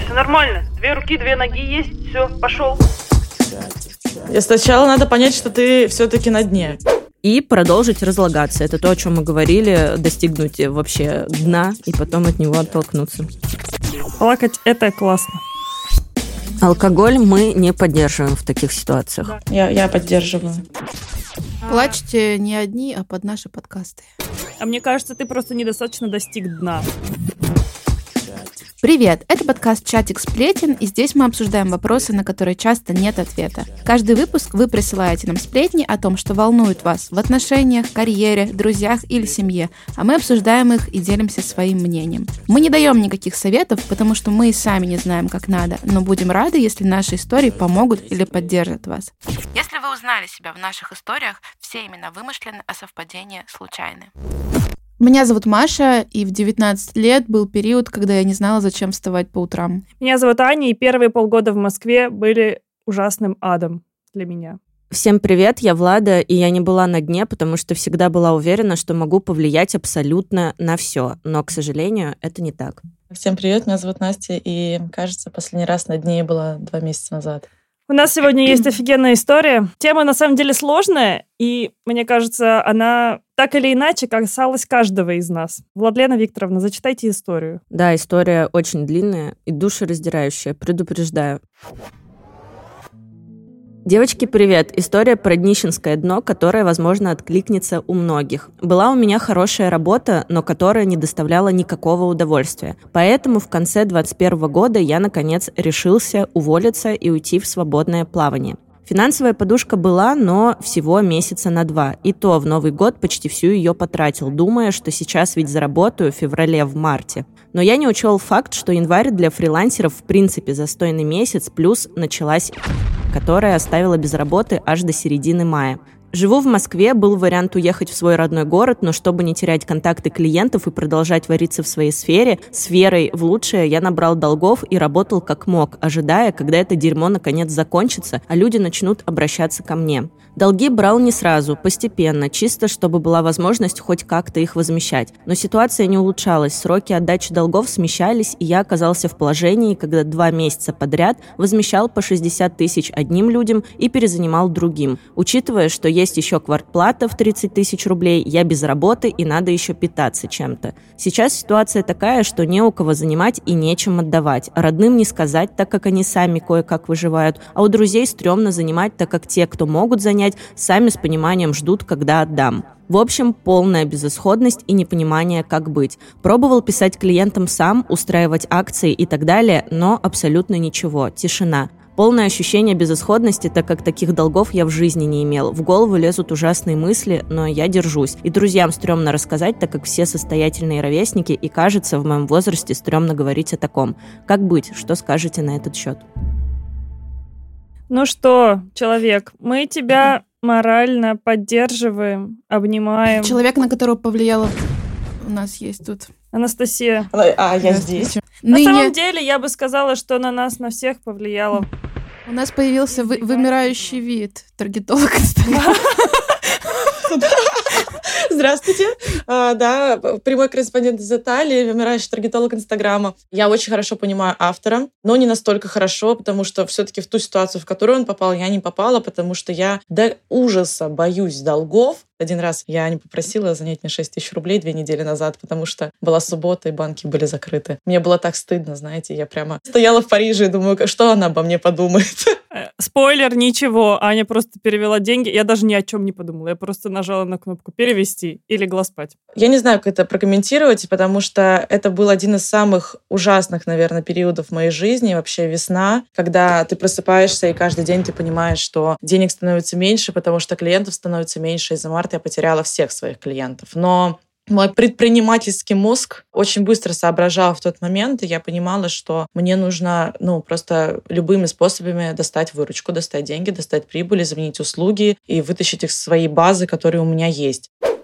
все нормально. 2 руки, 2 ноги есть, все, пошел. И сначала надо понять, что ты все-таки на дне. И продолжить разлагаться. Это то, о чем мы говорили, достигнуть вообще дна и потом от него оттолкнуться. Плакать – это классно. Алкоголь мы не поддерживаем в таких ситуациях. Я поддерживаю. Плачьте не одни, а под наши подкасты. А мне кажется, ты просто недостаточно достиг дна. Привет, это подкаст «Чатик сплетен», и здесь мы обсуждаем вопросы, на которые часто нет ответа. Каждый выпуск вы присылаете нам сплетни о том, что волнует вас в отношениях, карьере, друзьях или семье, а мы обсуждаем их и делимся своим мнением. Мы не даем никаких советов, потому что мы и сами не знаем, как надо, но будем рады, если наши истории помогут или поддержат вас. Если вы узнали себя в наших историях, все имена вымышлены, а совпадения случайны. Меня зовут Маша, и в 19 лет был период, когда я не знала, зачем вставать по утрам. Меня зовут Аня, и первые полгода в Москве были ужасным адом для меня. Всем привет, я Влада, и я не была на дне, потому что всегда была уверена, что могу повлиять абсолютно на все. Но, к сожалению, это не так. Всем привет, меня зовут Настя, и, кажется, последний раз на дне было 2 месяца назад. У нас сегодня есть офигенная история. Тема, на самом деле, сложная, и, мне кажется, она так или иначе касалась каждого из нас. Владлена Викторовна, зачитайте историю. Да, история очень длинная и душераздирающая, предупреждаю. Девочки, привет! История про днищенское дно, которое, возможно, откликнется у многих. Была у меня хорошая работа, но которая не доставляла никакого удовольствия. Поэтому в конце 2021 года я, наконец, решился уволиться и уйти в свободное плавание. Финансовая подушка была, но всего месяца на 2. И то в Новый год почти всю ее потратил, думая, что сейчас ведь заработаю в феврале, в марте. Но я не учел факт, что январь для фрилансеров в принципе застойный месяц, плюс началась которая оставила без работы аж до середины мая. Живу в Москве, был вариант уехать в свой родной город, но чтобы не терять контакты клиентов и продолжать вариться в своей сфере, с верой в лучшее я набрал долгов и работал как мог, ожидая, когда это дерьмо наконец закончится, а люди начнут обращаться ко мне. Долги брал не сразу, постепенно, чисто чтобы была возможность хоть как-то их возмещать. Но ситуация не улучшалась, сроки отдачи долгов смещались, и я оказался в положении, когда 2 месяца подряд возмещал по 60 тысяч одним людям и перезанимал другим. Учитывая, что есть еще квартплата в 30 тысяч рублей, я без работы и надо еще питаться чем-то. Сейчас ситуация такая, что не у кого занимать и нечем отдавать. Родным не сказать, так как они сами кое-как выживают, а у друзей стрёмно занимать, так как те, кто могут занять, сами с пониманием ждут, когда отдам. В общем, полная безысходность и непонимание, как быть. Пробовал писать клиентам сам, устраивать акции и так далее, но абсолютно ничего, тишина. Полное ощущение безысходности, так как таких долгов я в жизни не имел. В голову лезут ужасные мысли, но я держусь. И друзьям стрёмно рассказать, так как все состоятельные ровесники, и кажется, в моем возрасте стрёмно говорить о таком. Как быть? Что скажете на этот счет? Ну что, человек, мы тебя морально поддерживаем, обнимаем. Человек, на которого повлияло, у нас есть тут. Анастасия. А я здесь. На самом деле, я бы сказала, что на нас, на всех повлияло. У нас появился вымирающий вид. Таргетолог Инстаграма. Здравствуйте. Да, прямой корреспондент из Италии, вымирающий таргетолог Инстаграма. Я очень хорошо понимаю автора, но не настолько хорошо, потому что все-таки в ту ситуацию, в которую он попал, я не попала, потому что я до ужаса боюсь долгов. Один раз я не попросила занять мне 6 тысяч рублей 2 недели назад, потому что была суббота, и банки были закрыты. Мне было так стыдно, знаете, я прямо стояла в Париже и думаю, что она обо мне подумает. Спойлер, ничего. Аня просто перевела деньги. Я даже ни о чем не подумала. Я просто нажала на кнопку «Перевести» и легла спать. Я не знаю, как это прокомментировать, потому что это был один из самых ужасных, наверное, периодов в моей жизни, вообще весна, когда ты просыпаешься, и каждый день ты понимаешь, что денег становится меньше, потому что клиентов становится меньше. Из-за марта я потеряла всех своих клиентов. Но мой предпринимательский мозг очень быстро соображал в тот момент, и я понимала, что мне нужно просто любыми способами достать выручку, достать деньги, достать прибыль, изменить услуги и вытащить их с своей базы, которые у меня есть.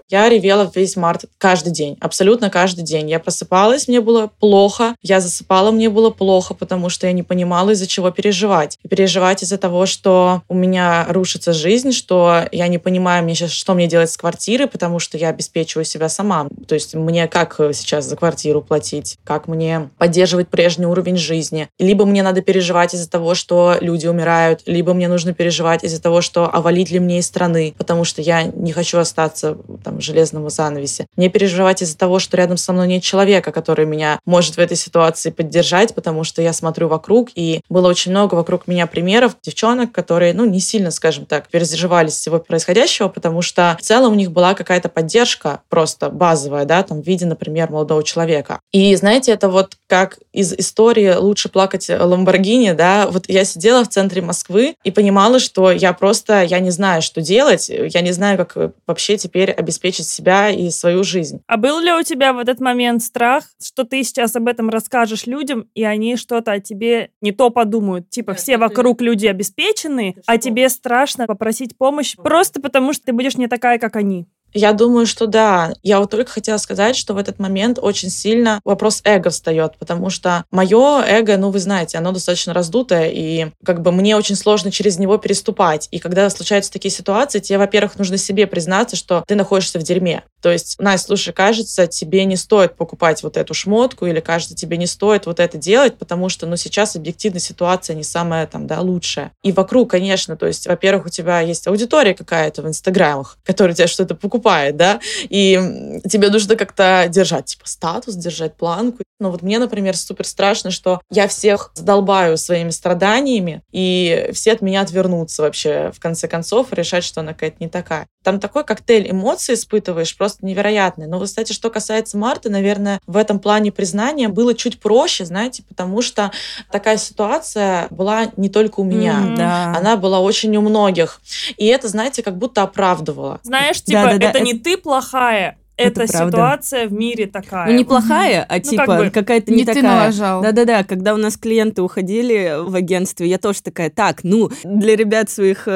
Я ревела весь март каждый день, абсолютно каждый день. Я просыпалась, мне было плохо, я засыпала, мне было плохо, потому что я не понимала, из-за чего переживать. И переживать из-за того, что у меня рушится жизнь, что я не понимаю, мне сейчас, что мне делать с квартирой, потому что я обеспечиваю себя сама. То есть мне как сейчас за квартиру платить, как мне поддерживать прежний уровень жизни. Либо мне надо переживать из-за того, что люди умирают, либо мне нужно переживать из-за того, что валить ли мне из страны, потому что я не хочу остаться там в железном занавесе. Мне переживать из-за того, что рядом со мной нет человека, который меня может в этой ситуации поддержать, потому что я смотрю вокруг, и было очень много вокруг меня примеров девчонок, которые, не сильно, скажем так, переживали с всего происходящего, потому что в целом у них была какая-то поддержка просто базовая, да, там в виде, например, молодого человека. И знаете, это вот как из истории «Лучше плакать Ламборгини», да, вот я сидела в центре Москвы и понимала, что я не знаю, что делать, я не знаю, как вообще теперь обеспечить себя и свою жизнь. А был ли у тебя в этот момент страх, что ты сейчас об этом расскажешь людям, и они что-то о тебе не то подумают? Типа, все вокруг люди обеспеченные, а тебе страшно попросить помощи просто потому, что ты будешь не такая, как они? Я думаю, что да. Я вот только хотела сказать, что в этот момент очень сильно вопрос эго встает, потому что мое эго, вы знаете, оно достаточно раздутое, и мне очень сложно через него переступать. И когда случаются такие ситуации, тебе, во-первых, нужно себе признаться, что ты находишься в дерьме. То есть, Настя, слушай, кажется, тебе не стоит покупать вот эту шмотку, или кажется, тебе не стоит вот это делать, потому что, сейчас объективно ситуация не самая лучшая. И вокруг, конечно, то есть, во-первых, у тебя есть аудитория какая-то в инстаграмах, которая тебе что-то покупает, да, и тебе нужно как-то держать, статус, держать планку. Но вот мне, например, супер страшно, что я всех задолбаю своими страданиями, и все от меня отвернутся вообще, в конце концов, и решать, что она какая-то не такая. Там такой коктейль эмоций испытываешь, просто невероятный. Но, кстати, что касается Марты, наверное, в этом плане признания было чуть проще, знаете, потому что такая ситуация была не только у меня. Да. Она была очень у многих. И это, знаете, как будто оправдывало. Знаешь, это не ты плохая, эта ситуация в мире такая. Не плохая, а какая-то не такая. Ты налажал. Да-да-да, когда у нас клиенты уходили в агентстве, я тоже такая, для ребят своих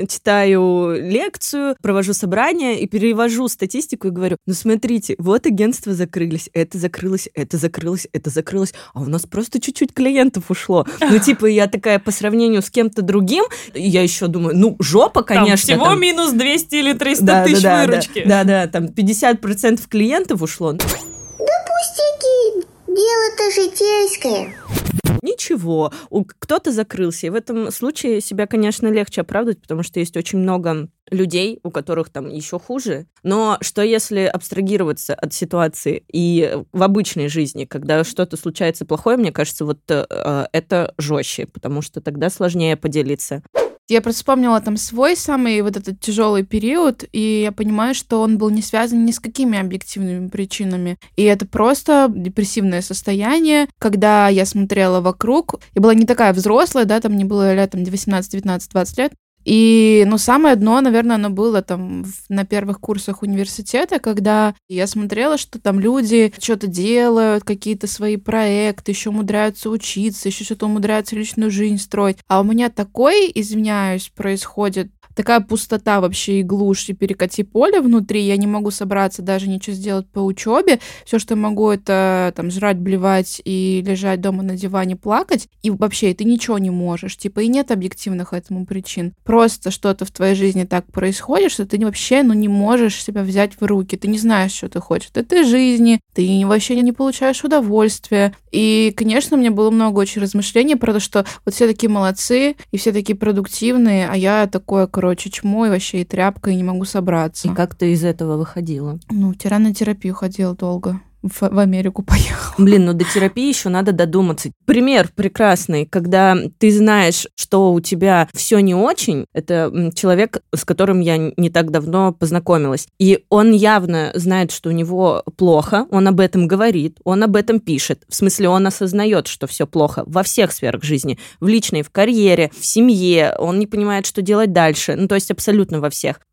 читаю лекцию, провожу собрание и перевожу статистику и говорю, смотрите, вот агентства закрылись, это закрылось, а у нас просто чуть-чуть клиентов ушло. Я такая, по сравнению с кем-то другим, я еще думаю, жопа, конечно. Всего минус 200 или 300 тысяч выручки. Да, 50% клиентов ушло. Да пустяки, дело-то житейское. Ничего, кто-то закрылся. И в этом случае себя, конечно, легче оправдывать, потому что есть очень много людей, у которых там еще хуже. Но что если абстрагироваться от ситуации и в обычной жизни, когда что-то случается плохое, мне кажется, это жестче, потому что тогда сложнее поделиться. Я просто вспомнила свой самый вот этот тяжелый период, и я понимаю, что он был не связан ни с какими объективными причинами. И это просто депрессивное состояние, когда я смотрела вокруг, и была не такая взрослая, да, мне было лет 18, 19, 20 лет. И, самое дно, наверное, оно было на первых курсах университета, когда я смотрела, что люди что-то делают, какие-то свои проекты, еще умудряются учиться, еще что-то умудряются личную жизнь строить. А у меня извиняюсь, происходит такая пустота вообще и глушь, и перекати поле внутри, я не могу собраться, даже ничего сделать по учебе. Все, что я могу, это жрать, блевать и лежать дома на диване, плакать. И вообще, ты ничего не можешь. И нет объективных этому причин. Просто что-то в твоей жизни так происходит, что ты вообще, не можешь себя взять в руки. Ты не знаешь, что ты хочешь от этой жизни, ты вообще не получаешь удовольствия. И, конечно, у меня было много очень размышлений про то, что все такие молодцы, и все такие продуктивные, а я такое, чмо и вообще и тряпка, и не могу собраться. И как ты из этого выходила? В терапию ходила долго. В Америку поехала. До терапии еще надо додуматься. Пример прекрасный, когда ты знаешь, что у тебя все не очень. Это человек, с которым я не так давно познакомилась. И он явно знает, что у него плохо, он об этом говорит, он об этом пишет. В смысле, он осознает, что все плохо во всех сферах жизни. В личной, в карьере, в семье. Он не понимает, что делать дальше. То есть абсолютно во всех.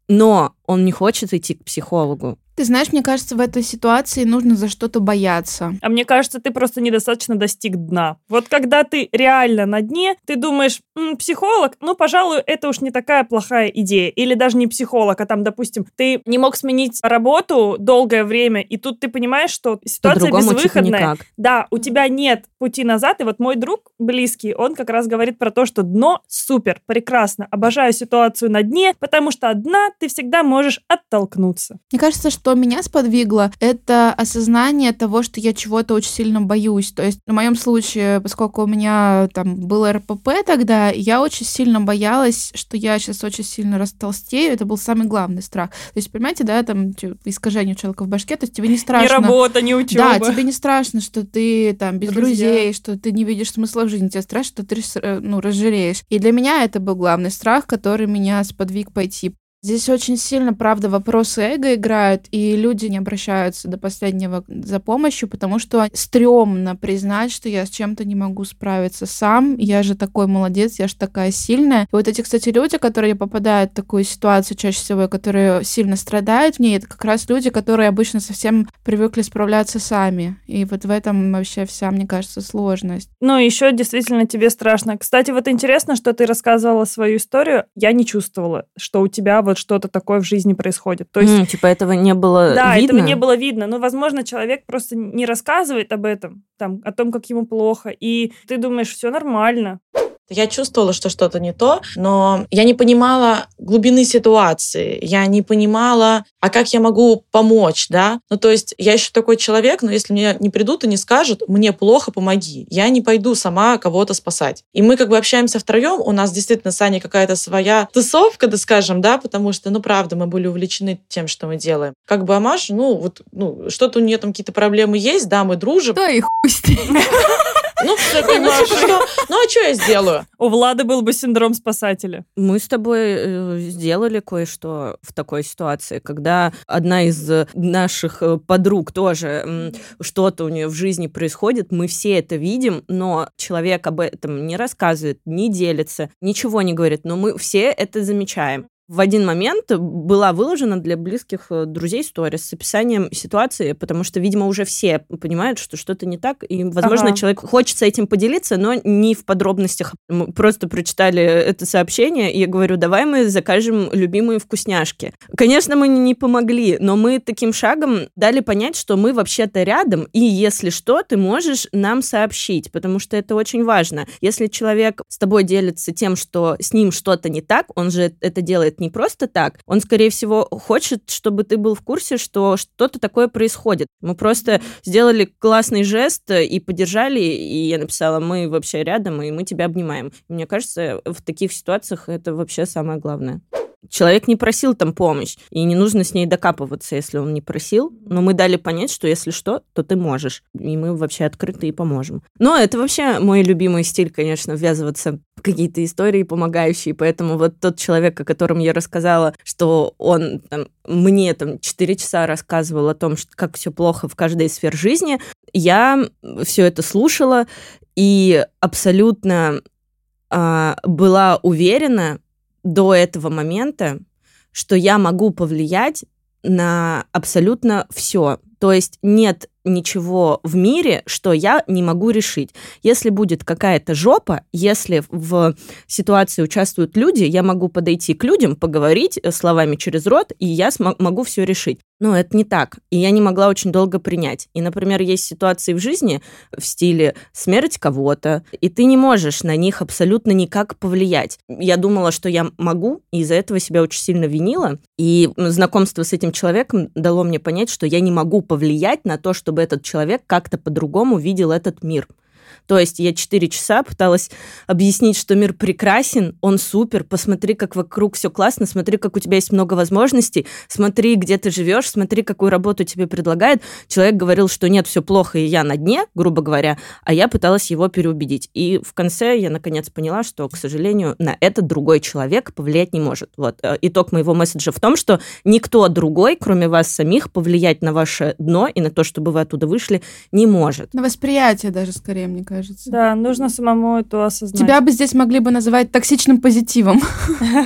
но он не хочет идти к психологу. Ты знаешь, мне кажется, в этой ситуации нужно за что-то бояться. А мне кажется, ты просто недостаточно достиг дна. Вот когда ты реально на дне, ты думаешь, психолог, пожалуй, это уж не такая плохая идея. Или даже не психолог, а там, допустим, ты не мог сменить работу долгое время, и тут ты понимаешь, что ситуация безвыходная. Да, у тебя нет пути назад. И вот мой друг близкий, он как раз говорит про то, что дно супер, прекрасно. Обожаю ситуацию на дне, потому что от дна ты всегда можешь оттолкнуться. Мне кажется, что меня сподвигло, это осознание того, что я чего-то очень сильно боюсь. То есть в моем случае, поскольку у меня там был РПП тогда, я очень сильно боялась, что я сейчас очень сильно растолстею. Это был самый главный страх. То есть, понимаете, да, там искажение у человека в башке, то есть тебе не страшно. Ни работа, ни учеба. Да, тебе не страшно, что ты там без друзей, что ты не видишь смысла в жизни. Тебе страшно, что ты разжиреешь. И для меня это был главный страх, который меня сподвиг пойти. Здесь очень сильно, правда, вопросы эго играют, и люди не обращаются до последнего за помощью, потому что стрёмно признать, что я с чем-то не могу справиться сам, я же такой молодец, я же такая сильная. И вот эти, кстати, люди, которые попадают в такую ситуацию чаще всего, которые сильно страдают в ней, это как раз люди, которые обычно совсем привыкли справляться сами. И вот в этом вообще вся, мне кажется, сложность. Еще действительно тебе страшно. Кстати, вот интересно, что ты рассказывала свою историю. Я не чувствовала, что у тебя вот что-то такое в жизни происходит. То есть, этого не было видно? Да, этого не было видно. Но, возможно, человек просто не рассказывает об этом, о том, как ему плохо, и ты думаешь, все нормально. Я чувствовала, что что-то не то, но я не понимала глубины ситуации, я не понимала, а как я могу помочь, да? То есть я еще такой человек, но если мне не придут и не скажут, мне плохо, помоги, я не пойду сама кого-то спасать. И мы общаемся втроем, у нас действительно с Аней какая-то своя тусовка, да скажем, да, потому что, правда, мы были увлечены тем, что мы делаем. А Маша, что-то у нее там какие-то проблемы есть, да, мы дружим. Да и хуй с ней. Все, что? А что я сделаю? У Влады был бы синдром спасателя. Мы с тобой сделали кое-что в такой ситуации, когда одна из наших подруг тоже что-то у нее в жизни происходит, мы все это видим, но человек об этом не рассказывает, не делится, ничего не говорит, но мы все это замечаем. В один момент была выложена для близких друзей история с описанием ситуации, потому что, видимо, уже все понимают, что что-то не так, и, возможно, человек хочется этим поделиться, но не в подробностях. Мы просто прочитали это сообщение, и я говорю, давай мы закажем любимые вкусняшки. Конечно, мы не помогли, но мы таким шагом дали понять, что мы вообще-то рядом, и если что, ты можешь нам сообщить, потому что это очень важно. Если человек с тобой делится тем, что с ним что-то не так, он же это делает не просто так. Он, скорее всего, хочет, чтобы ты был в курсе, что что-то такое происходит. Мы просто сделали классный жест и поддержали, и я написала, мы вообще рядом, и мы тебя обнимаем. И мне кажется, в таких ситуациях это вообще самое главное. Человек не просил там помощь, и не нужно с ней докапываться, если он не просил, но мы дали понять, что если что, то ты можешь, и мы вообще открыты и поможем. Но это вообще мой любимый стиль, конечно, ввязываться в какие-то истории помогающие, поэтому вот тот человек, о котором я рассказала, что он мне 4 часа рассказывал о том, как все плохо в каждой сфере жизни, я все это слушала и абсолютно была уверена, до этого момента, что я могу повлиять на абсолютно все. То есть нет ничего в мире, что я не могу решить. Если будет какая-то жопа, если в ситуации участвуют люди, я могу подойти к людям, поговорить словами через рот, и я могу все решить. Но это не так. И я не могла очень долго принять. И, например, есть ситуации в жизни в стиле смерть кого-то, и ты не можешь на них абсолютно никак повлиять. Я думала, что я могу, и из-за этого себя очень сильно винила. И знакомство с этим человеком дало мне понять, что я не могу повлиять на то, чтобы этот человек как-то по-другому видел этот мир. То есть я 4 часа пыталась объяснить, что мир прекрасен, он супер, посмотри, как вокруг все классно, смотри, как у тебя есть много возможностей, смотри, где ты живешь, смотри, какую работу тебе предлагают. Человек говорил, что нет, все плохо, и я на дне, грубо говоря, а я пыталась его переубедить. И в конце я, наконец, поняла, что, к сожалению, на этот другой человек повлиять не может. Вот. Итог моего месседжа в том, что никто другой, кроме вас самих, повлиять на ваше дно и на то, чтобы вы оттуда вышли, не может. На восприятие даже, скорее, мне кажется. Да, нужно самому это осознать. Тебя бы здесь могли бы называть токсичным позитивом.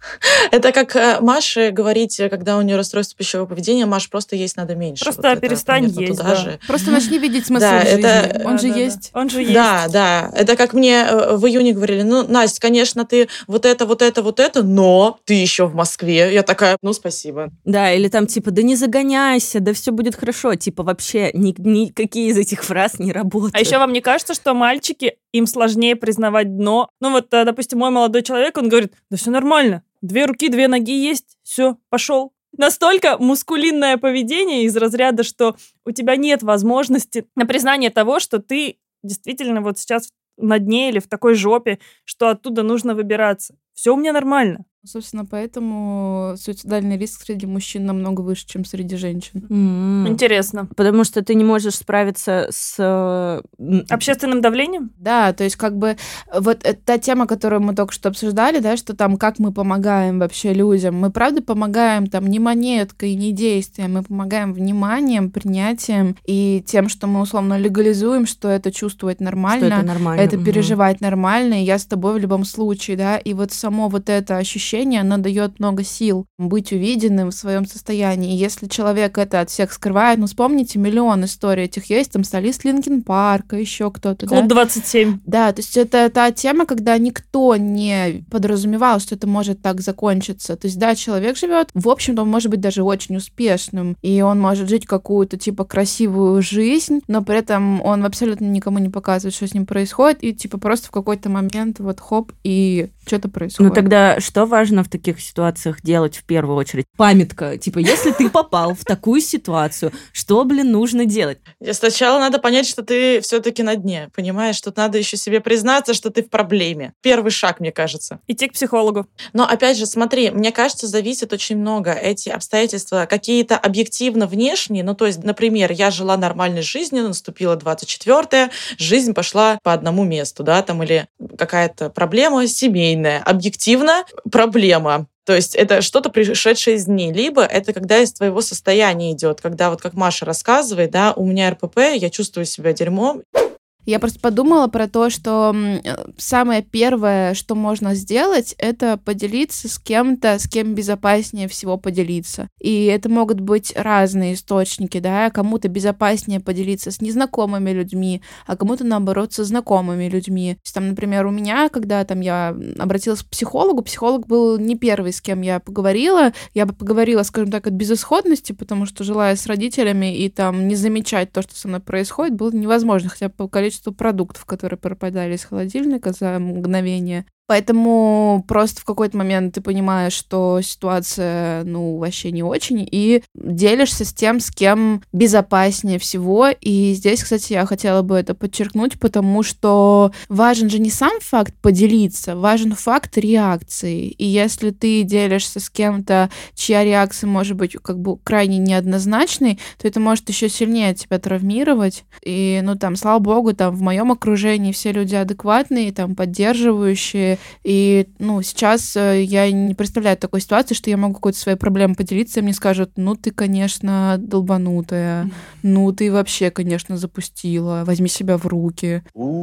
Это как Маше говорить, когда у нее расстройство пищевого поведения, Маш, просто есть надо меньше. Просто это перестань примерно есть, туда да. же. Просто начни видеть смысл Да, в жизни. это- Он же Да. есть. Он же есть. Да. Это как мне в июне говорили, Настя, конечно, ты вот это, но ты еще в Москве. Я такая, спасибо. Да, или там типа, да не загоняйся, да все будет хорошо. Типа вообще никакие из этих фраз не работают. А еще вам не кажется, что мальчики, им сложнее признавать дно? Допустим, мой молодой человек, он говорит, да все нормально, 2 руки, 2 ноги есть, все, пошел. Настолько мускулинное поведение из разряда, что у тебя нет возможности на признание того, что ты действительно вот сейчас на дне или в такой жопе, что оттуда нужно выбираться. Все у меня нормально. Собственно, поэтому суицидальный риск среди мужчин намного выше, чем среди женщин. Интересно. Потому что ты не можешь справиться с... Общественным давлением? Да, то есть как бы вот та тема, которую мы только что обсуждали, да, что там как мы помогаем вообще людям. Мы правда помогаем там не монеткой, не действием, мы помогаем вниманием, принятием и тем, что мы условно легализуем, что это чувствовать нормально, Что это нормально. это переживать нормально, и я с тобой в любом случае, да, и вот само вот это ощущение, оно дает много сил быть увиденным в своем состоянии. И если человек это от всех скрывает, вспомните, миллион историй этих есть, там солист Линкин Парка, еще кто-то, Клуб да? 27. Да, то есть это та тема, когда никто не подразумевал, что это может так закончиться. То есть, да, человек живет, в общем-то, он может быть даже очень успешным, и он может жить какую-то, типа, красивую жизнь, но при этом он абсолютно никому не показывает, что с ним происходит, и, типа, просто в какой-то момент вот хоп, и что-то происходит. Ну тогда что важно в таких ситуациях делать в первую очередь? Памятка. Типа, если ты попал в такую ситуацию, что, нужно делать? Сначала надо понять, что ты все-таки на дне, понимаешь? Тут надо еще себе признаться, что ты в проблеме. Первый шаг, мне кажется. Идти к психологу. Но опять же, смотри, мне кажется, зависит очень много эти обстоятельства, какие-то объективно внешние, то есть, например, я жила нормальной жизнью, наступила 24-е, жизнь пошла по одному месту, да, там, или какая-то проблема семейная, объективно проблема. То есть это что-то пришедшее из дней. Либо это когда из твоего состояния идет, когда вот как Маша рассказывает, да, у меня РПП, я чувствую себя дерьмом. Я просто подумала про то, что самое первое, что можно сделать, это поделиться с кем-то, с кем безопаснее всего поделиться. И это могут быть разные источники, да, кому-то безопаснее поделиться с незнакомыми людьми, а кому-то, наоборот, со знакомыми людьми. То есть, там, например, у меня, когда там я обратилась к психологу, психолог был не первый, с кем я поговорила. Я бы поговорила, скажем так, от безысходности, потому что, жила я с родителями, и там не замечать то, что со мной происходит, было невозможно, хотя бы по количеству продуктов, которые пропадали из холодильника за мгновение. Поэтому просто в какой-то момент ты понимаешь, что ситуация, вообще не очень, и делишься с тем, с кем безопаснее всего. И здесь, кстати, я хотела бы это подчеркнуть, потому что важен же не сам факт поделиться, важен факт реакции. И если ты делишься с кем-то, чья реакция может быть как бы крайне неоднозначной, то это может еще сильнее тебя травмировать. И, слава богу, в моем окружении все люди адекватные, поддерживающие. И, сейчас я не представляю такой ситуации, что я могу какой-то своей проблемой поделиться, и мне скажут, ты, конечно, долбанутая, ты вообще, конечно, запустила, возьми себя в руки.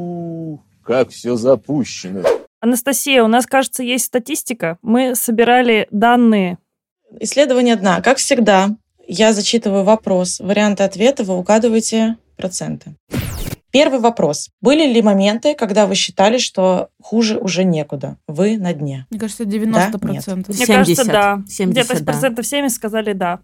Как все запущено. Анастасия, у нас, кажется, есть статистика. Мы собирали данные. Исследование дна. Как всегда, я зачитываю вопрос, варианты ответа, вы угадываете проценты. Первый вопрос. Были ли моменты, когда вы считали, что хуже уже некуда? Вы на дне. Мне кажется, 90%. Мне 70. кажется, да. 70, Где-то да. процентов 70 сказали да.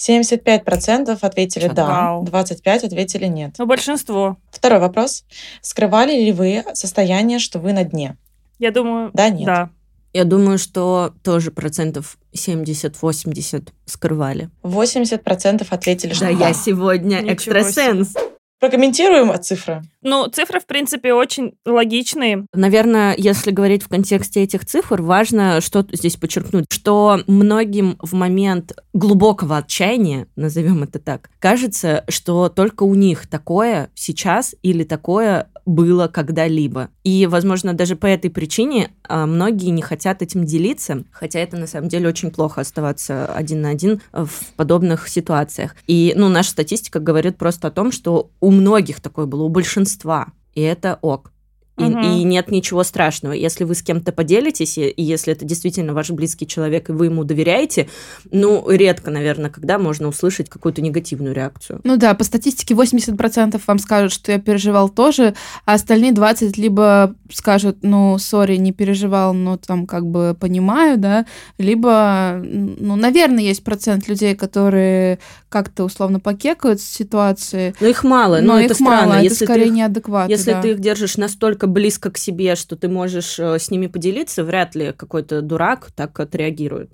75% ответили да, Вау. 25% ответили нет. Большинство. Второй вопрос. Скрывали ли вы состояние, что вы на дне? Я думаю, Да, нет. да. Я думаю, что тоже процентов 70-80 скрывали. 80% ответили, что Да, да. я сегодня Ничего экстрасенс. Прокомментируем цифры. Цифры, в принципе, очень логичные. Наверное, если говорить в контексте этих цифр, важно что здесь подчеркнуть, что многим в момент глубокого отчаяния, назовем это так, кажется, что только у них такое сейчас или такое было когда-либо. И, возможно, даже по этой причине многие не хотят этим делиться, хотя это на самом деле очень плохо оставаться один на один в подобных ситуациях. И, наша статистика говорит просто о том, что у многих такое было, у большинства, и это ок. И нет ничего страшного. Если вы с кем-то поделитесь, и если это действительно ваш близкий человек, и вы ему доверяете, редко, наверное, когда можно услышать какую-то негативную реакцию. Ну да, по статистике 80% вам скажут, что я переживал тоже, а остальные 20% либо скажут, сори, не переживал, но там как бы понимаю, да, либо, наверное, есть процент людей, которые как-то условно покекают с ситуации. Но их мало, но это странно. Это скорее неадекватно. Если ты их держишь настолько близко к себе, что ты можешь с ними поделиться, вряд ли какой-то дурак так отреагирует.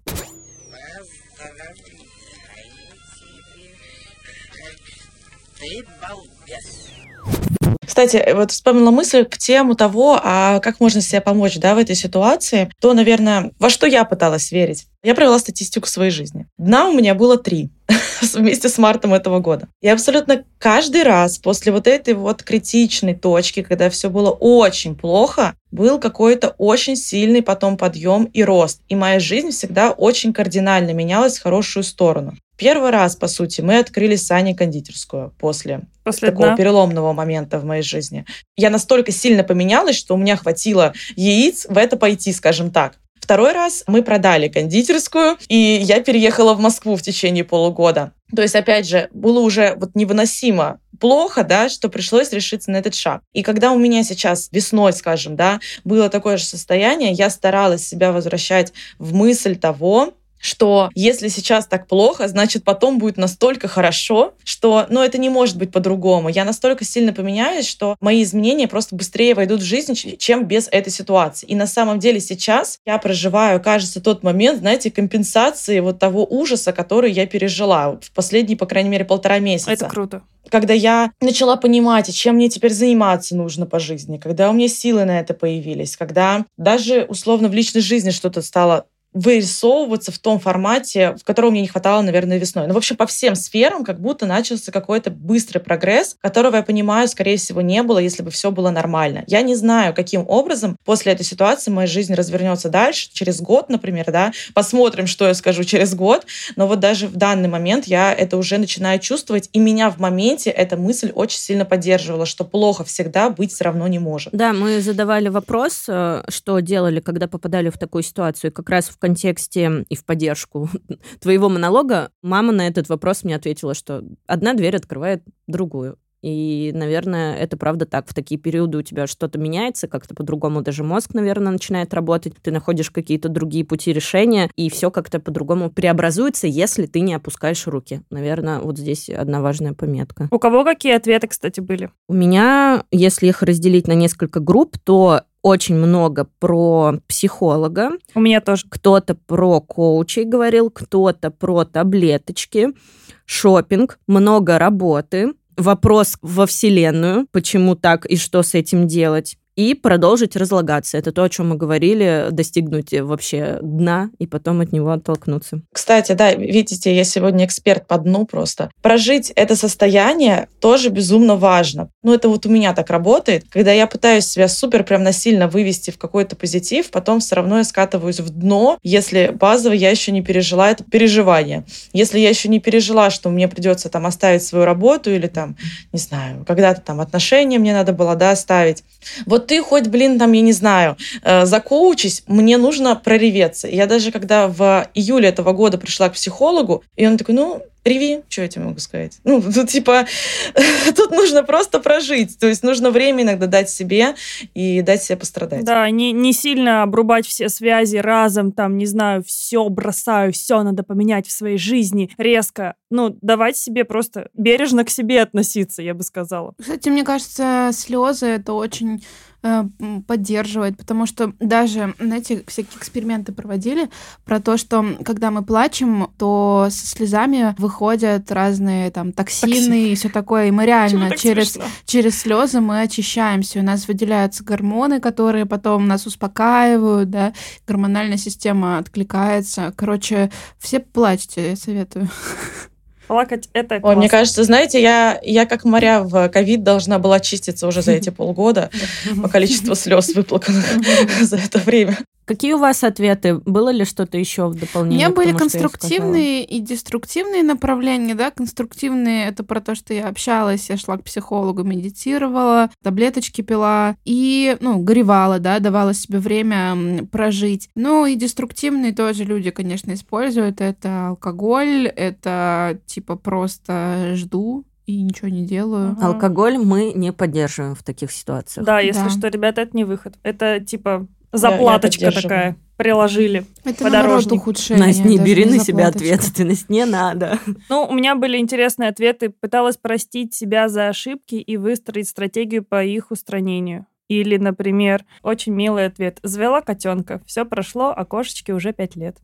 Кстати, вот вспомнила мысль в тему того, как можно себе помочь, в этой ситуации, то, наверное, во что я пыталась верить. Я провела статистику своей жизни. Дна у меня было 3 вместе с мартом этого года. И абсолютно каждый раз после вот этой вот критичной точки, когда все было очень плохо, был какой-то очень сильный потом подъем и рост. И моя жизнь всегда очень кардинально менялась в хорошую сторону. Первый раз, по сути, мы открыли с Аней кондитерскую после такого переломного момента в моей жизни. Я настолько сильно поменялась, что у меня хватило яиц в это пойти, скажем так. Второй раз мы продали кондитерскую, и я переехала в Москву в течение полугода. То есть, опять же, было уже невыносимо плохо, что пришлось решиться на этот шаг. И когда у меня сейчас весной, скажем, было такое же состояние, я старалась себя возвращать в мысль того, что если сейчас так плохо, значит, потом будет настолько хорошо, что, это не может быть по-другому. Я настолько сильно поменяюсь, что мои изменения просто быстрее войдут в жизнь, чем без этой ситуации. И на самом деле сейчас я проживаю, кажется, тот момент, компенсации того ужаса, который я пережила в последние, по крайней мере, 1,5 месяца. Это круто. Когда я начала понимать, чем мне теперь заниматься нужно по жизни, когда у меня силы на это появились, когда даже условно в личной жизни что-то стало вырисовываться в том формате, в котором мне не хватало, наверное, весной. В общем, по всем сферам как будто начался какой-то быстрый прогресс, которого, я понимаю, скорее всего, не было, если бы все было нормально. Я не знаю, каким образом после этой ситуации моя жизнь развернется дальше, через год, например, посмотрим, что я скажу через год, но даже в данный момент я это уже начинаю чувствовать, и меня в моменте эта мысль очень сильно поддерживала, что плохо всегда быть все равно не может. Да, мы задавали вопрос, что делали, когда попадали в такую ситуацию, как раз в контексте и в поддержку твоего монолога мама на этот вопрос мне ответила, что одна дверь открывает другую. И, наверное, это правда так. В такие периоды у тебя что-то меняется, как-то по-другому даже мозг, наверное, начинает работать. Ты находишь какие-то другие пути решения, и все как-то по-другому преобразуется, если ты не опускаешь руки. Наверное, вот здесь одна важная пометка. У кого какие ответы, кстати, были? У меня, если их разделить на несколько групп, то очень много про психолога. У меня тоже. Кто-то про коучей говорил, кто-то про таблеточки, шопинг, много работы, вопрос во Вселенную, почему так и что с этим делать. И продолжить разлагаться. Это то, о чем мы говорили, достигнуть вообще дна и потом от него оттолкнуться. Кстати, видите, я сегодня эксперт по дну просто. Прожить это состояние тоже безумно важно. Это у меня так работает. Когда я пытаюсь себя супер прям насильно вывести в какой-то позитив, потом все равно я скатываюсь в дно, если базово я еще не пережила это переживание. Если я еще не пережила, что мне придется оставить свою работу или не знаю, когда-то отношения мне надо было, оставить. Ты хоть, я не знаю, закоучись, мне нужно прореветься. Я даже когда в июле этого года пришла к психологу, и он такой, реви, что я тебе могу сказать? Тут нужно просто прожить. То есть нужно время иногда дать себе и дать себе пострадать. Да, не сильно обрубать все связи разом, не знаю, все бросаю, все надо поменять в своей жизни резко. Давать себе просто бережно к себе относиться, я бы сказала. Кстати, мне кажется, слезы это очень поддерживает, потому что даже, знаете, всякие эксперименты проводили про то, что когда мы плачем, то со слезами выходят разные токсины и все такое, и мы реально через слезы мы очищаемся, у нас выделяются гормоны, которые потом нас успокаивают, гормональная система откликается. Короче, все плачьте, я советую. Плакать — это классно. Ой, мне кажется, знаете, я как моря в ковид должна была очиститься уже за эти полгода по количеству слез выплаканных за это время. Какие у вас ответы? Было ли что-то еще в У дополнение меня к были тому, что я конструктивные и деструктивные направления, да. Конструктивные — это про то, что я общалась, я шла к психологу, медитировала, таблеточки пила и, горевала, да, давала себе время прожить. Ну и деструктивные тоже люди, конечно, используют. Это алкоголь, это типа просто жду и ничего не делаю. сказала? Алкоголь мы не поддерживаем в таких ситуациях. Да, если Да. что, ребята, это не выход. Это типа Я заплаточка поддерживаю. такая. Приложили. Это, наоборот, Подорожник. ухудшение. Настя, не даже бери на себя заплаточка. ответственность, не надо. Ну, у меня были интересные ответы. Пыталась простить себя за ошибки и выстроить стратегию по их устранению. Или, например, очень милый ответ. Завела котенка. Все прошло, а кошечке уже 5 лет.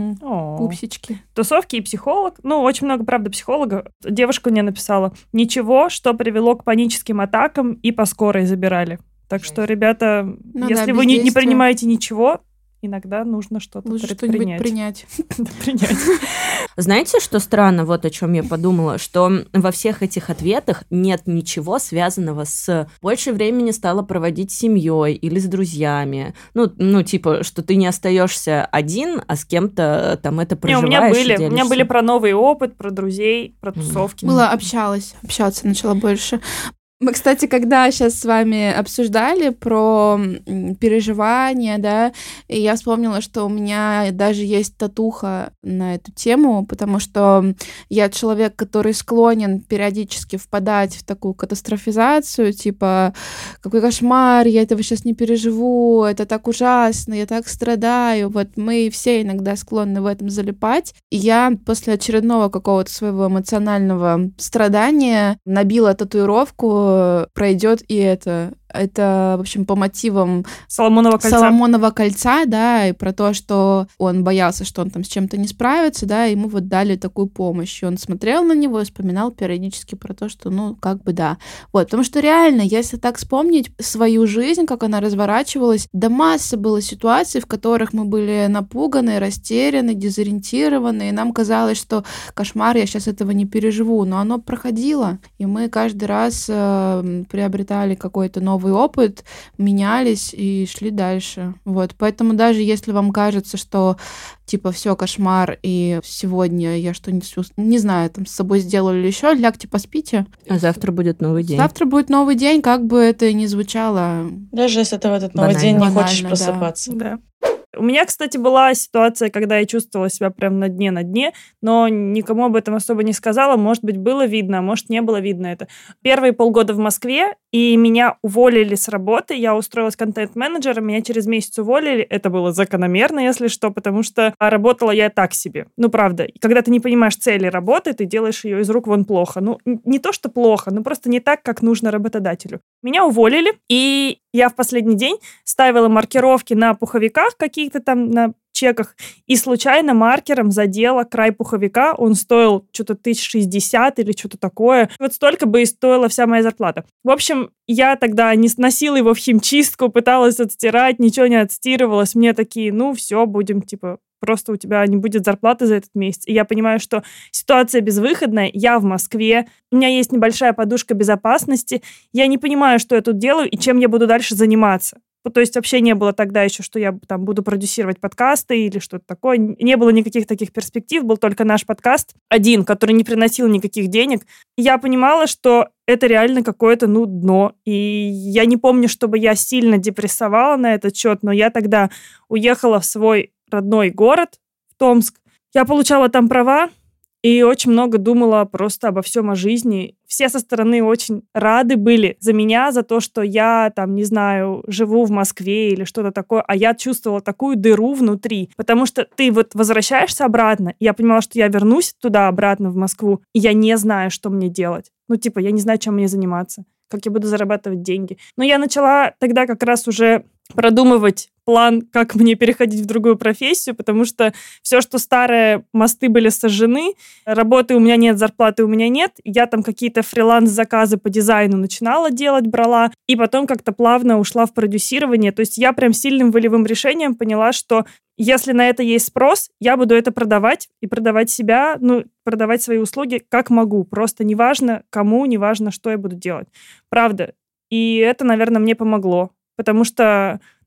О. Пупсички. Тусовки и психолог. Ну, очень много, правда, психолога. Девушка мне написала. Ничего, что привело к паническим атакам и по скорой забирали. Так что, ребята, Ну если да, вы не бездействие. принимаете ничего, иногда нужно что-то Лучше что-нибудь предпринять. принять. Знаете, что странно, вот о чем я подумала, что во всех этих ответах нет ничего связанного с больше времени стала проводить с семьей или с друзьями. Ну, типа, что ты не остаешься один, а с кем-то там это Не, у меня проживаешь. были. и У меня делишься. были про новый опыт, про друзей, про тусовки. Общаться начала больше. Мы, кстати, когда сейчас с вами обсуждали про переживания, да, и я вспомнила, что у меня даже есть татуха на эту тему, потому что я человек, который склонен периодически впадать в такую катастрофизацию, типа, какой кошмар, я этого сейчас не переживу, это так ужасно, я так страдаю. Вот мы все иногда склонны в этом залипать. И я после очередного какого-то своего эмоционального страдания набила татуировку «Пройдет и это». Это, в общем, по мотивам Соломонова кольца. да, и про то, что он боялся, что он там с чем-то не справится, да, и ему вот дали такую помощь. И он смотрел на него и вспоминал периодически про то, что, да. Вот, потому что реально, если так вспомнить свою жизнь, как она разворачивалась, да масса было ситуаций, в которых мы были напуганы, растеряны, дезориентированы, и нам казалось, что кошмар, я сейчас этого не переживу, но оно проходило, и мы каждый раз приобретали какой-то новый опыт, менялись и шли дальше. Вот. Поэтому даже если вам кажется, что типа все кошмар, и сегодня я что-нибудь, не знаю, там с собой сделали или еще, лягте, поспите. А завтра будет новый день. Завтра будет новый день, как бы это ни звучало. Даже если ты в этот новый Банально. день не Банально, хочешь да. просыпаться. Да. У меня, кстати, была ситуация, когда я чувствовала себя прям на дне, но никому об этом особо не сказала. Может быть, было видно, а может, не было видно это. Первые полгода в Москве, и меня уволили с работы. Я устроилась контент-менеджером, меня через месяц уволили. Это было закономерно, если что, потому что работала я так себе. Ну, правда. И когда ты не понимаешь цели работы, ты делаешь ее из рук вон плохо. Ну, не то, что плохо, но просто не так, как нужно работодателю. Меня уволили, и я в последний день ставила маркировки на пуховиках каких-то там, на чеках, и случайно маркером задела край пуховика. Он стоил что-то 1060 или что-то такое. Вот столько бы и стоила вся моя зарплата. В общем, я тогда не сносила его в химчистку, пыталась отстирать, ничего не отстирывалось. Мне такие, все, будем, просто у тебя не будет зарплаты за этот месяц. И я понимаю, что ситуация безвыходная, я в Москве, у меня есть небольшая подушка безопасности, я не понимаю, что я тут делаю и чем я буду дальше заниматься. То есть вообще не было тогда еще, что я там буду продюсировать подкасты или что-то такое. Не было никаких таких перспектив, был только наш подкаст один, который не приносил никаких денег. И я понимала, что это реально какое-то, дно. И я не помню, чтобы я сильно депрессовала на этот счет, но я тогда уехала в свой родной город, в Томск. Я получала там права и очень много думала просто обо всем о жизни. Все со стороны очень рады были за меня, за то, что я там, не знаю, живу в Москве или что-то такое, а я чувствовала такую дыру внутри, потому что ты вот возвращаешься обратно, и я понимала, что я вернусь туда обратно в Москву, и я не знаю, что мне делать. Я не знаю, чем мне заниматься, как я буду зарабатывать деньги. Но я начала тогда как раз уже продумывать план, как мне переходить в другую профессию, потому что все, что старое, мосты были сожжены, работы у меня нет, зарплаты у меня нет, я там какие-то фриланс-заказы по дизайну начинала делать, брала, и потом как-то плавно ушла в продюсирование. То есть я прям сильным волевым решением поняла, что если на это есть спрос, я буду это продавать и продавать себя, продавать свои услуги как могу. Просто неважно кому, неважно, что я буду делать. Правда. И это, наверное, мне помогло. Потому что,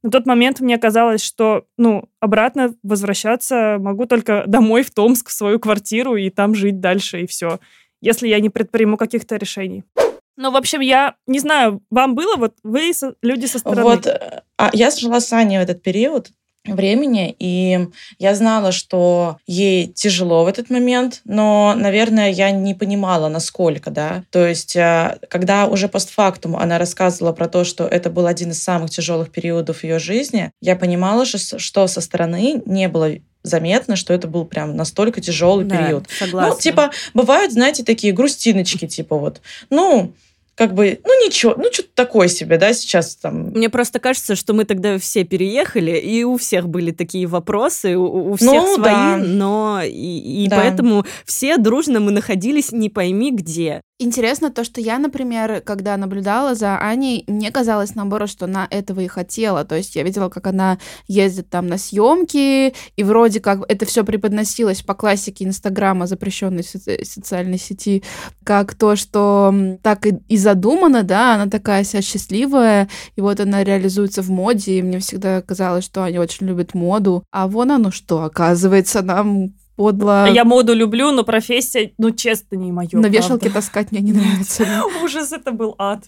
На тот момент мне казалось, что, обратно возвращаться могу только домой, в Томск, в свою квартиру, и там жить дальше, и все, если я не предприму каких-то решений. В общем, я не знаю, вам было, вы люди со стороны. Я жила с Аней в этот период времени, и я знала, что ей тяжело в этот момент, но, наверное, я не понимала, насколько, да. То есть, когда уже постфактум она рассказывала про то, что это был один из самых тяжелых периодов ее жизни, я понимала, что со стороны не было заметно, что это был прям настолько тяжелый период. Согласна. Бывают, знаете, такие грустиночки, ничего, что-то такое себе, да, сейчас там. Мне просто кажется, что мы тогда все переехали, и у всех были такие вопросы, у всех свои, да. но поэтому все дружно мы находились не пойми где. Интересно то, что я, например, когда наблюдала за Аней, мне казалось, наоборот, что она этого и хотела. То есть я видела, как она ездит там на съемки, и вроде как это все преподносилось по классике Инстаграма, запрещенной социальной сети, как то, что так и задумано, да, она такая вся счастливая, и вот она реализуется в моде, и мне всегда казалось, что Аня очень любит моду. А вон оно что, оказывается, нам подло. Я моду люблю, но профессия, честно, не моё. На вешалке таскать мне не нравится. Ужас, это был ад.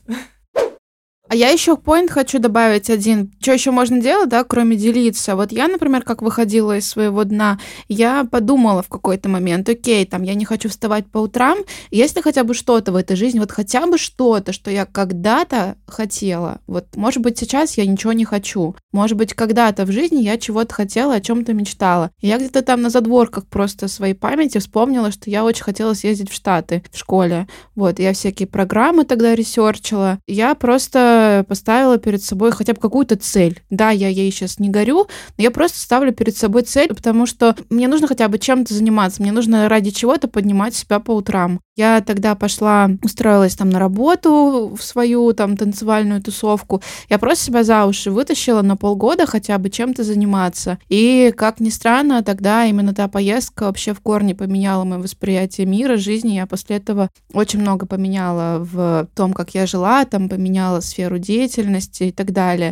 А я еще поинт хочу добавить один. Что еще можно делать, да, кроме делиться? Вот я, например, как выходила из своего дна, я подумала в какой-то момент, окей, там, я не хочу вставать по утрам, если хотя бы что-то в этой жизни, вот хотя бы что-то, что я когда-то хотела, вот, может быть, сейчас я ничего не хочу, может быть, когда-то в жизни я чего-то хотела, о чем-то мечтала. И я где-то там на задворках просто своей памяти вспомнила, что я очень хотела съездить в Штаты в школе. Вот, я всякие программы тогда ресерчила. Я просто поставила перед собой хотя бы какую-то цель. Да, я ей сейчас не горю, но я просто ставлю перед собой цель, потому что мне нужно хотя бы чем-то заниматься, мне нужно ради чего-то поднимать себя по утрам. Я тогда пошла, устроилась там на работу в свою там танцевальную тусовку. Я просто себя за уши вытащила на полгода хотя бы чем-то заниматься. И, как ни странно, тогда именно та поездка вообще в корне поменяла мое восприятие мира, жизни. Я после этого очень много поменяла в том, как я жила, там поменяла сферу деятельности и так далее.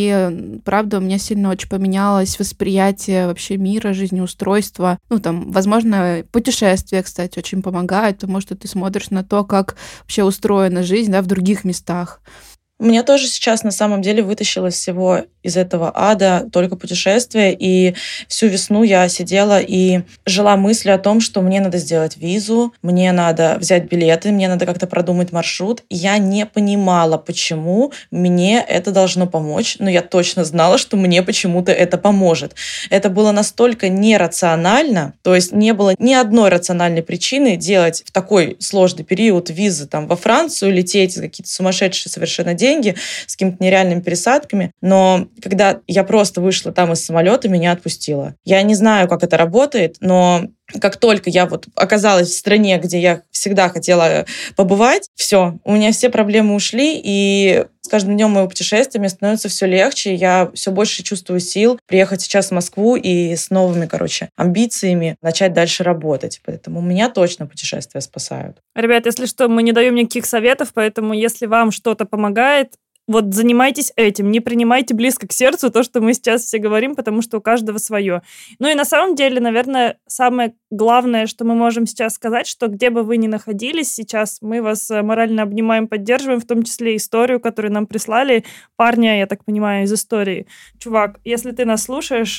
И, правда, у меня сильно очень поменялось восприятие вообще мира, жизнеустройства. Возможно, путешествия, кстати, очень помогают, потому что ты смотришь на то, как вообще устроена жизнь, да, в других местах. Меня тоже сейчас на самом деле вытащило всего из этого ада только путешествие, и всю весну я сидела и жила мыслью о том, что мне надо сделать визу, мне надо взять билеты, мне надо как-то продумать маршрут. И я не понимала, почему мне это должно помочь, но я точно знала, что мне почему-то это поможет. Это было настолько нерационально, то есть не было ни одной рациональной причины делать в такой сложный период визы там во Францию, лететь за какие-то сумасшедшие совершенно деньги с какими-то нереальными пересадками, но когда я просто вышла там из самолета, меня отпустило. Я не знаю, как это работает, но как только я оказалась в стране, где я всегда хотела побывать, все, у меня все проблемы ушли, и с каждым днем моего путешествия мне становится все легче, я все больше чувствую сил приехать сейчас в Москву и с новыми, амбициями начать дальше работать. Поэтому меня точно путешествия спасают. Ребят, если что, мы не даем никаких советов, поэтому если вам что-то помогает, занимайтесь этим, не принимайте близко к сердцу то, что мы сейчас все говорим, потому что у каждого свое. И на самом деле, наверное, самое главное, что мы можем сейчас сказать, что где бы вы ни находились сейчас, мы вас морально обнимаем, поддерживаем, в том числе историю, которую нам прислали парня, я так понимаю, из истории. Чувак, если ты нас слушаешь,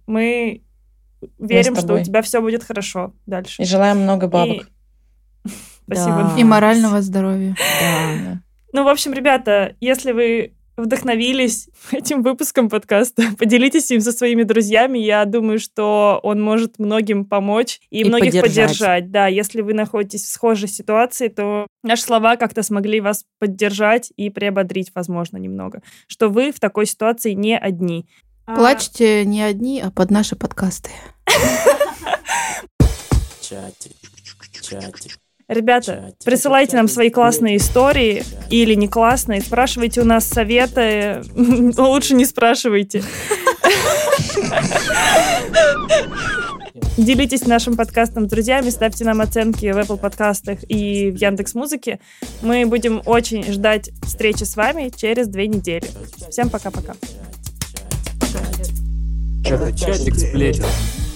мы верим, что у тебя все будет хорошо дальше. И желаем много бабок. Спасибо. И морального здоровья. Да. В общем, ребята, если вы вдохновились этим выпуском подкаста, поделитесь им со своими друзьями. Я думаю, что он может многим помочь и многих поддержать. Да, если вы находитесь в схожей ситуации, то наши слова как-то смогли вас поддержать и приободрить, возможно, немного. Что вы в такой ситуации не одни. Плачьте не одни, а под наши подкасты. Ребята, присылайте нам свои классные истории или не классные, спрашивайте у нас советы, лучше не спрашивайте. Делитесь нашим подкастом с друзьями, ставьте нам оценки в Apple подкастах и в Яндекс.Музыке. Мы будем очень ждать встречи с вами через 2 недели. Всем пока-пока. Это чатик сплетен.